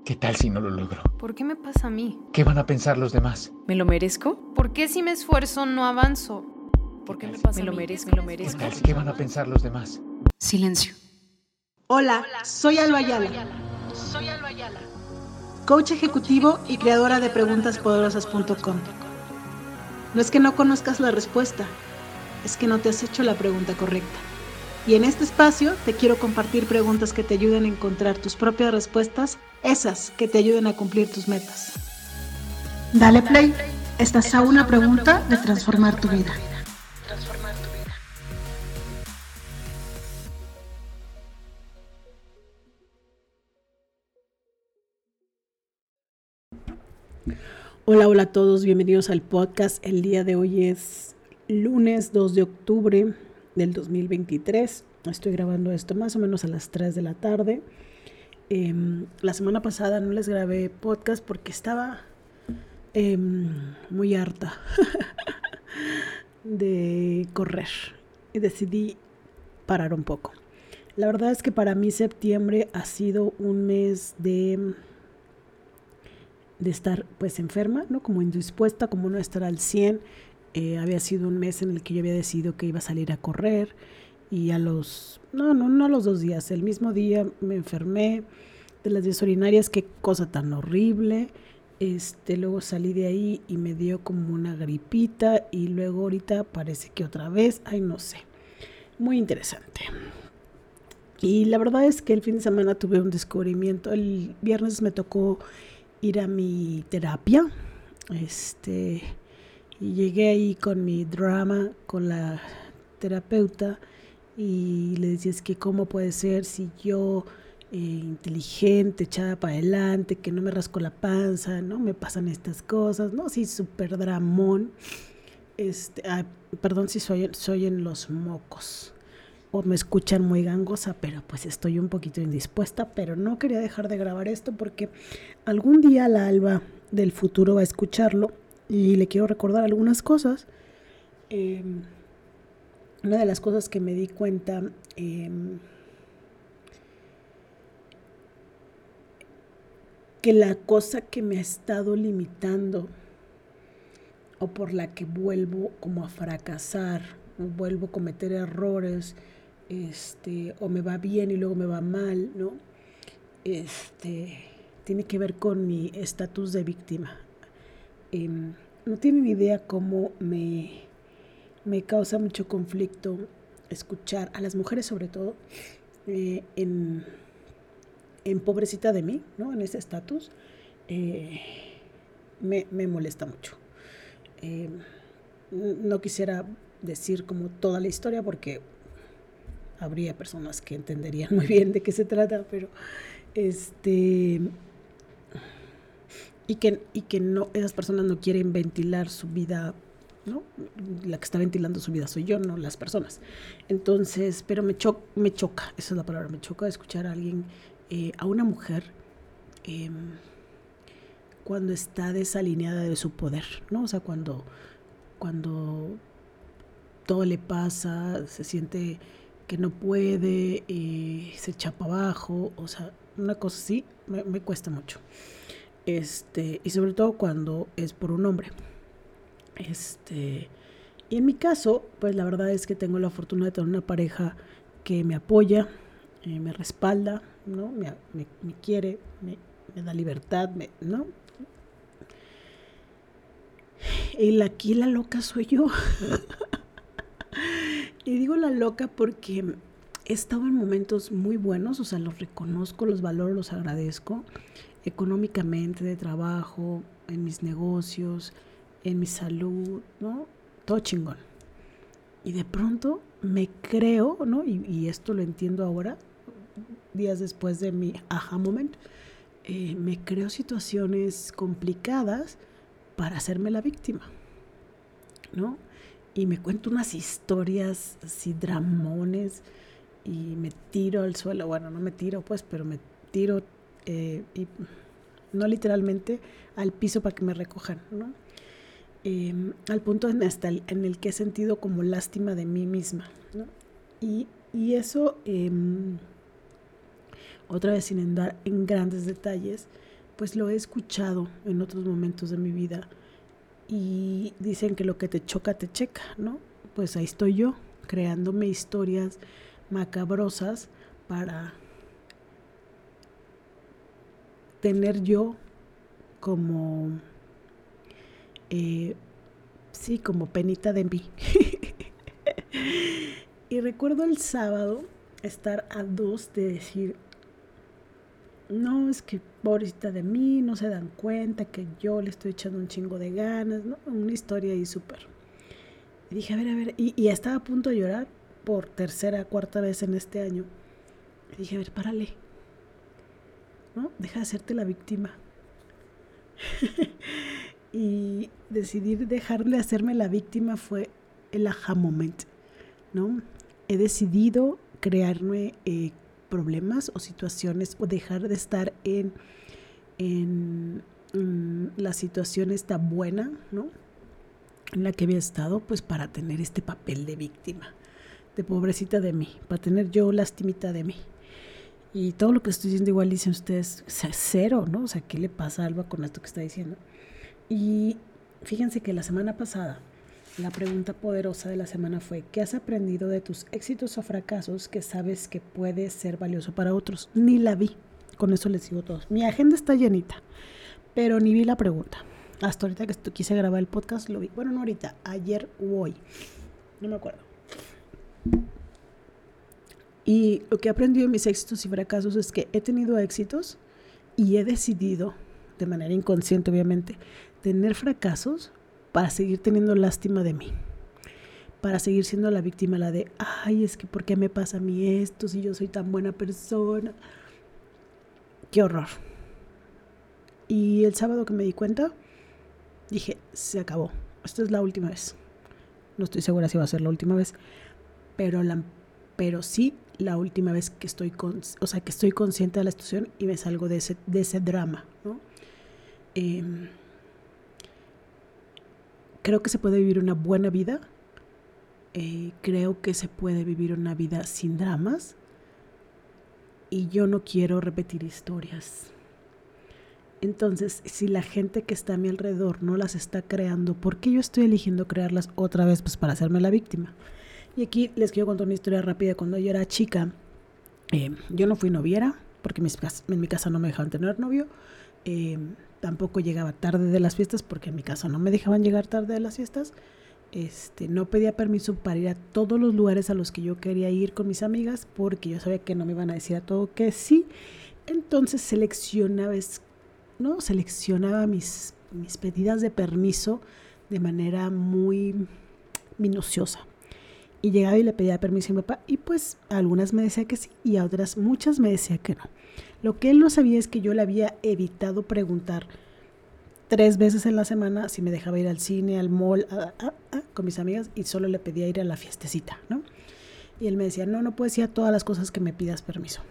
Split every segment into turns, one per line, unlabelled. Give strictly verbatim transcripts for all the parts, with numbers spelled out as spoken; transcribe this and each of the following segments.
¿Qué tal si no lo logro?
¿Por qué me pasa a mí?
¿Qué van a pensar los demás?
¿Me lo merezco? ¿Por qué si me esfuerzo no avanzo? ¿Por qué me pasa a mí? Me lo merezco, me lo merezco.
¿Qué tal si- ¿Qué van a pensar los demás?
Silencio.
Hola, soy Alba Ayala.
Soy Alba Ayala.
Coach ejecutivo y creadora de preguntas poderosas punto com. No es que no conozcas la respuesta, es que no te has hecho la pregunta correcta. Y en este espacio te quiero compartir preguntas que te ayuden a encontrar tus propias respuestas, esas que te ayuden a cumplir tus metas. Dale play, estás a una pregunta de transformar tu vida.
Transformar tu vida.
Hola, hola a todos, bienvenidos al podcast. El día de hoy es lunes dos de octubre del dos mil veintitrés. Estoy grabando esto más o menos a las tres de la tarde. Eh, la semana pasada no les grabé podcast porque estaba eh, muy harta de correr y decidí parar un poco. La verdad es que para mí septiembre ha sido un mes de... de estar pues enferma, ¿no? Como indispuesta, como no estar al cien. Eh, había sido un mes en el que yo había decidido que iba a salir a correr y a los, no, no, no a los dos días, el mismo día me enfermé de las vías urinarias, qué cosa tan horrible. Este, luego salí de ahí y me dio como una gripita y luego ahorita parece que otra vez, ay no sé, muy interesante. Y la verdad es que el fin de semana tuve un descubrimiento. El viernes me tocó ir a mi terapia, este, y llegué ahí con mi drama, con la terapeuta, y le decía, es que cómo puede ser si yo, eh, inteligente, echada para adelante, que no me rasco la panza, no me pasan estas cosas, no, sí, súper dramón, este, ah, perdón si soy, soy en los mocos, o me escuchan muy gangosa, pero pues estoy un poquito indispuesta, pero no quería dejar de grabar esto porque algún día la Alba del futuro va a escucharlo y le quiero recordar algunas cosas. Eh, una de las cosas que me di cuenta eh, que la cosa que me ha estado limitando o por la que vuelvo como a fracasar, o vuelvo a cometer errores, este, o me va bien y luego me va mal, ¿no? Este, tiene que ver con mi estatus de víctima. Eh, no tienen idea cómo me, me causa mucho conflicto escuchar a las mujeres, sobre todo, eh, en, en pobrecita de mí, ¿no? En ese estatus, eh, me, me molesta mucho. Eh, no quisiera decir como toda la historia porque habría personas que entenderían muy bien de qué se trata, pero este y que, y que no, esas personas no quieren ventilar su vida, ¿no? La que está ventilando su vida soy yo, no las personas. Entonces, pero me, cho- me choca, esa es la palabra, me choca escuchar a alguien, eh, a una mujer, eh, cuando está desalineada de su poder, ¿no? O sea, cuando, cuando todo le pasa, se siente que no puede, eh, se echa para abajo, o sea, una cosa así me, me cuesta mucho. Este, y sobre todo cuando es por un hombre. Este, y en mi caso, pues la verdad es que tengo la fortuna de tener una pareja que me apoya, eh, me respalda, ¿no? Me, me, me quiere, me, me da libertad, me, ¿no? Y la, aquí la loca soy yo. Y digo la loca porque he estado en momentos muy buenos, o sea, los reconozco, los valoro, los agradezco, económicamente, de trabajo, en mis negocios, en mi salud, ¿no? Todo chingón. Y de pronto me creo, ¿no? Y, y esto lo entiendo ahora, días después de mi aha moment, eh, me creo situaciones complicadas para hacerme la víctima, ¿no? Y me cuento unas historias así dramones y me tiro al suelo, bueno, no me tiro pues, pero me tiro, eh, y no literalmente, al piso para que me recojan, ¿no? Eh, al punto en, hasta el, en el que he sentido como lástima de mí misma, ¿no? Y, y eso, eh, otra vez sin andar en grandes detalles, pues lo he escuchado en otros momentos de mi vida y dicen que lo que te choca te checa, ¿no? Pues ahí estoy yo, creándome historias macabrosas para tener yo como, eh, sí, como penita de mí. Y recuerdo el sábado estar a dos de decir, no, es que pobrecita de mí, no se dan cuenta que yo le estoy echando un chingo de ganas, ¿no? Una historia ahí súper. Y dije, a ver, a ver, y, y estaba a punto de llorar por tercera, cuarta vez en este año. Y dije, a ver, párale, ¿no? Deja de hacerte la víctima. Y decidir dejar de hacerme la víctima fue el aha moment, ¿no? He decidido crearme eh, problemas o situaciones o dejar de estar en, en, en la situación esta buena, ¿no? En la que había estado, pues para tener este papel de víctima, de pobrecita de mí, para tener yo lastimita de mí. Y todo lo que estoy diciendo igual dicen ustedes, cero, ¿no? O sea, ¿qué le pasa a Alba con esto que está diciendo? Y fíjense que la semana pasada, la pregunta poderosa de la semana fue, ¿qué has aprendido de tus éxitos o fracasos que sabes que puede ser valioso para otros? Ni la vi, con eso les digo todo. Mi agenda está llenita, pero ni vi la pregunta. Hasta ahorita que quise grabar el podcast lo vi. Bueno, no ahorita, ayer u hoy, no me acuerdo. Y lo que he aprendido de mis éxitos y fracasos es que he tenido éxitos y he decidido, de manera inconsciente obviamente, tener fracasos para seguir teniendo lástima de mí, para seguir siendo la víctima, la de, ay, es que ¿por qué me pasa a mí esto si yo soy tan buena persona? ¡Qué horror! Y el sábado que me di cuenta, dije, se acabó, esta es la última vez. No estoy segura si va a ser la última vez, pero, la, pero sí la última vez que estoy, con, o sea, que estoy consciente de la situación y me salgo de ese, de ese drama, ¿no? Eh, creo que se puede vivir una buena vida, eh, creo que se puede vivir una vida sin dramas y yo no quiero repetir historias. Entonces, si la gente que está a mi alrededor no las está creando, ¿por qué yo estoy eligiendo crearlas otra vez? Pues para hacerme la víctima. Y aquí les quiero contar una historia rápida. Cuando yo era chica, eh, yo no fui noviera, porque mis, en mi casa no me dejaban tener novio. Eh, tampoco llegaba tarde de las fiestas, porque en mi casa no me dejaban llegar tarde de las fiestas. Este, no pedía permiso para ir a todos los lugares a los que yo quería ir con mis amigas, porque yo sabía que no me iban a decir a todo que sí. Entonces seleccionaba, ¿no? seleccionaba mis, mis pedidas de permiso de manera muy minuciosa. Y llegaba y le pedía permiso a mi papá y pues a algunas me decía que sí y a otras muchas me decía que no. Lo que él no sabía es que yo le había evitado preguntar tres veces en la semana si me dejaba ir al cine, al mall, a, a, a, con mis amigas y solo le pedía ir a la fiestecita, ¿no? Y él me decía, no, no puedes ir a todas las cosas que me pidas permiso.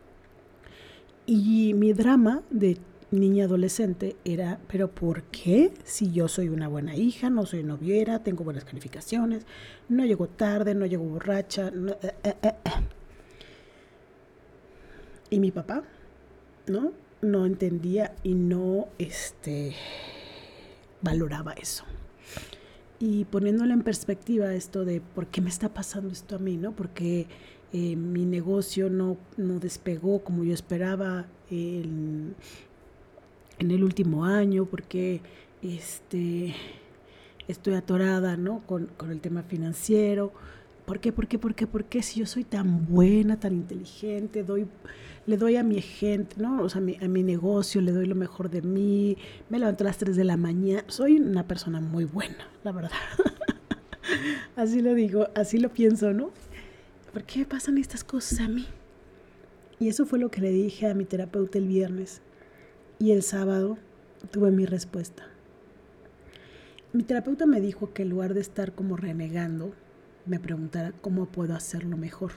Y mi drama de niña adolescente era, pero ¿por qué? Si yo soy una buena hija, no soy noviera, tengo buenas calificaciones, no llego tarde, no llego borracha. No, eh, eh, eh. Y mi papá, ¿no? No entendía y no este, valoraba eso. Y poniéndolo en perspectiva esto de por qué me está pasando esto a mí, ¿no? Porque eh, mi negocio no, no despegó como yo esperaba el en el último año, porque este, estoy atorada, ¿no? Con, con el tema financiero. ¿Por qué? ¿Por qué? ¿Por qué? ¿Por qué? Si yo soy tan buena, tan inteligente, doy, le doy a mi gente, ¿no? O sea, a mi, a mi negocio, le doy lo mejor de mí, me levanto a las tres de la mañana. Soy una persona muy buena, la verdad. Así lo digo, así lo pienso, ¿no? ¿Por qué me pasan estas cosas a mí? Y eso fue lo que le dije a mi terapeuta el viernes. Y el sábado tuve mi respuesta. Mi terapeuta me dijo que en lugar de estar como renegando, me preguntara cómo puedo hacerlo mejor.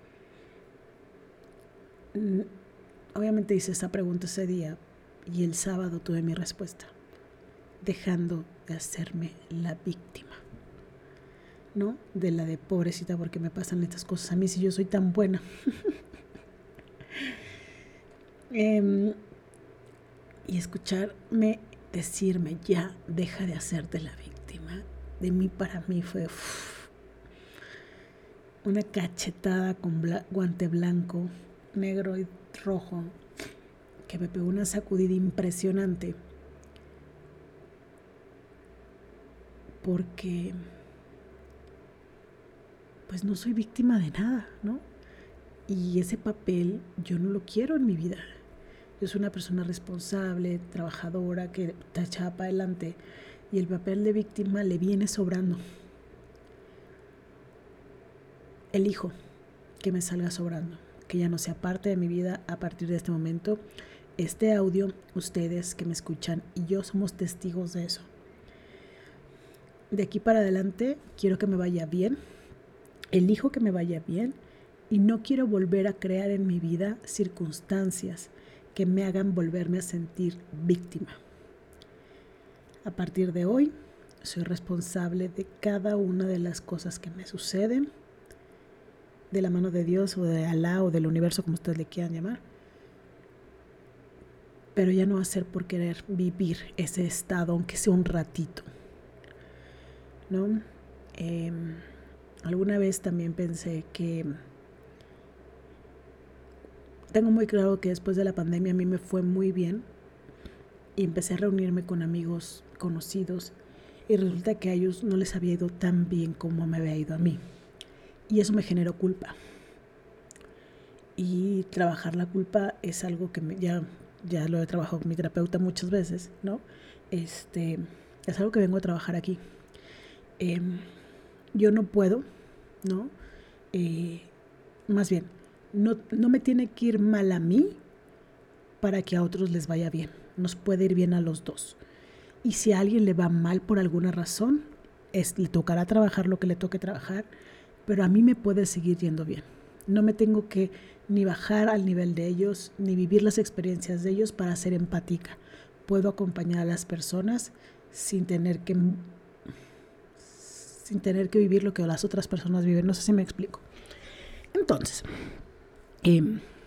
Obviamente hice esa pregunta ese día y el sábado tuve mi respuesta, dejando de hacerme la víctima, ¿no? De la de pobrecita, porque me pasan estas cosas a mí si yo soy tan buena. eh, y escucharme decirme, ya, deja de hacerte la víctima, de mí para mí fue uff, una cachetada con bla- guante blanco, negro y rojo, que me pegó una sacudida impresionante, porque pues no soy víctima de nada, ¿no? Y ese papel yo no lo quiero en mi vida. Yo soy una persona responsable, trabajadora, que está echada para adelante, y el papel de víctima le viene sobrando. Elijo que me salga sobrando, que ya no sea parte de mi vida a partir de este momento. Este audio, ustedes que me escuchan y yo somos testigos de eso. De aquí para adelante quiero que me vaya bien, elijo que me vaya bien y no quiero volver a crear en mi vida circunstancias que me hagan volverme a sentir víctima. A partir de hoy, soy responsable de cada una de las cosas que me suceden, de la mano de Dios o de Alá o del universo, como ustedes le quieran llamar. Pero ya no va a ser por querer vivir ese estado, aunque sea un ratito, ¿no? Eh, alguna vez también pensé que tengo muy claro que después de la pandemia a mí me fue muy bien y empecé a reunirme con amigos conocidos y resulta que a ellos no les había ido tan bien como me había ido a mí y eso me generó culpa. Y trabajar la culpa es algo que me, ya, ya lo he trabajado con mi terapeuta muchas veces, ¿no? Este, es algo que vengo a trabajar aquí. Eh, yo no puedo, ¿no? Eh, más bien, no, no me tiene que ir mal a mí para que a otros les vaya bien. Nos puede ir bien a los dos. Y si a alguien le va mal por alguna razón, es, le tocará trabajar lo que le toque trabajar, pero a mí me puede seguir yendo bien. No me tengo que ni bajar al nivel de ellos, ni vivir las experiencias de ellos para ser empática. Puedo acompañar a las personas sin tener que, sin tener que vivir lo que las otras personas viven. No sé si me explico. Entonces, eh,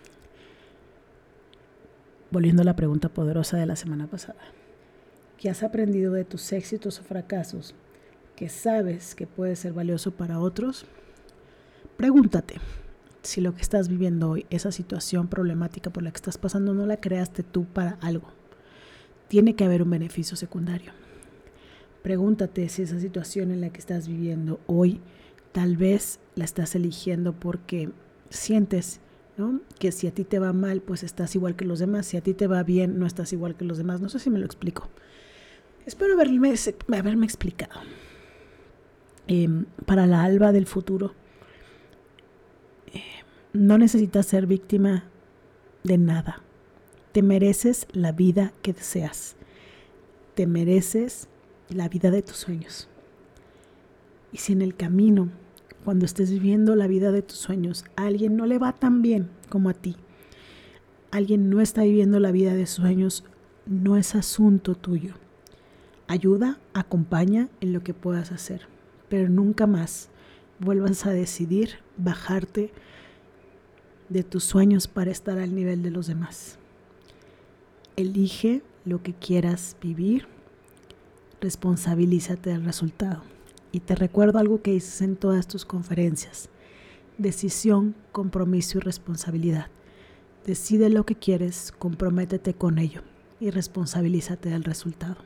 volviendo a la pregunta poderosa de la semana pasada. ¿Qué has aprendido de tus éxitos o fracasos que sabes que puede ser valioso para otros? Pregúntate si lo que estás viviendo hoy, esa situación problemática por la que estás pasando, no la creaste tú para algo. Tiene que haber un beneficio secundario. Pregúntate si esa situación en la que estás viviendo hoy, tal vez la estás eligiendo porque sientes, ¿no?, que si a ti te va mal, pues estás igual que los demás. Si a ti te va bien, no estás igual que los demás. No sé si me lo explico. Espero haberme, haberme explicado. Eh, para la Alba del futuro, eh, no necesitas ser víctima de nada. Te mereces la vida que deseas. Te mereces la vida de tus sueños. Y si en el camino, cuando estés viviendo la vida de tus sueños, a alguien no le va tan bien como a ti, alguien no está viviendo la vida de sus sueños, no es asunto tuyo. Ayuda, acompaña en lo que puedas hacer, pero nunca más vuelvas a decidir bajarte de tus sueños para estar al nivel de los demás. Elige lo que quieras vivir, responsabilízate del resultado. Y te recuerdo algo que dices en todas tus conferencias: decisión, compromiso y responsabilidad. Decide lo que quieres, comprométete con ello y responsabilízate del resultado.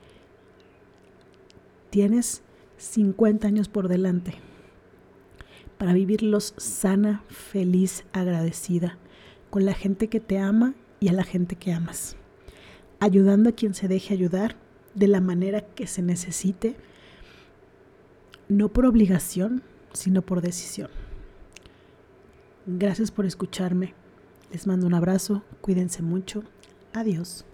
Tienes cincuenta años por delante para vivirlos sana, feliz, agradecida, con la gente que te ama y a la gente que amas, ayudando a quien se deje ayudar de la manera que se necesite, no por obligación, sino por decisión. Gracias por escucharme. Les mando un abrazo. Cuídense mucho. Adiós.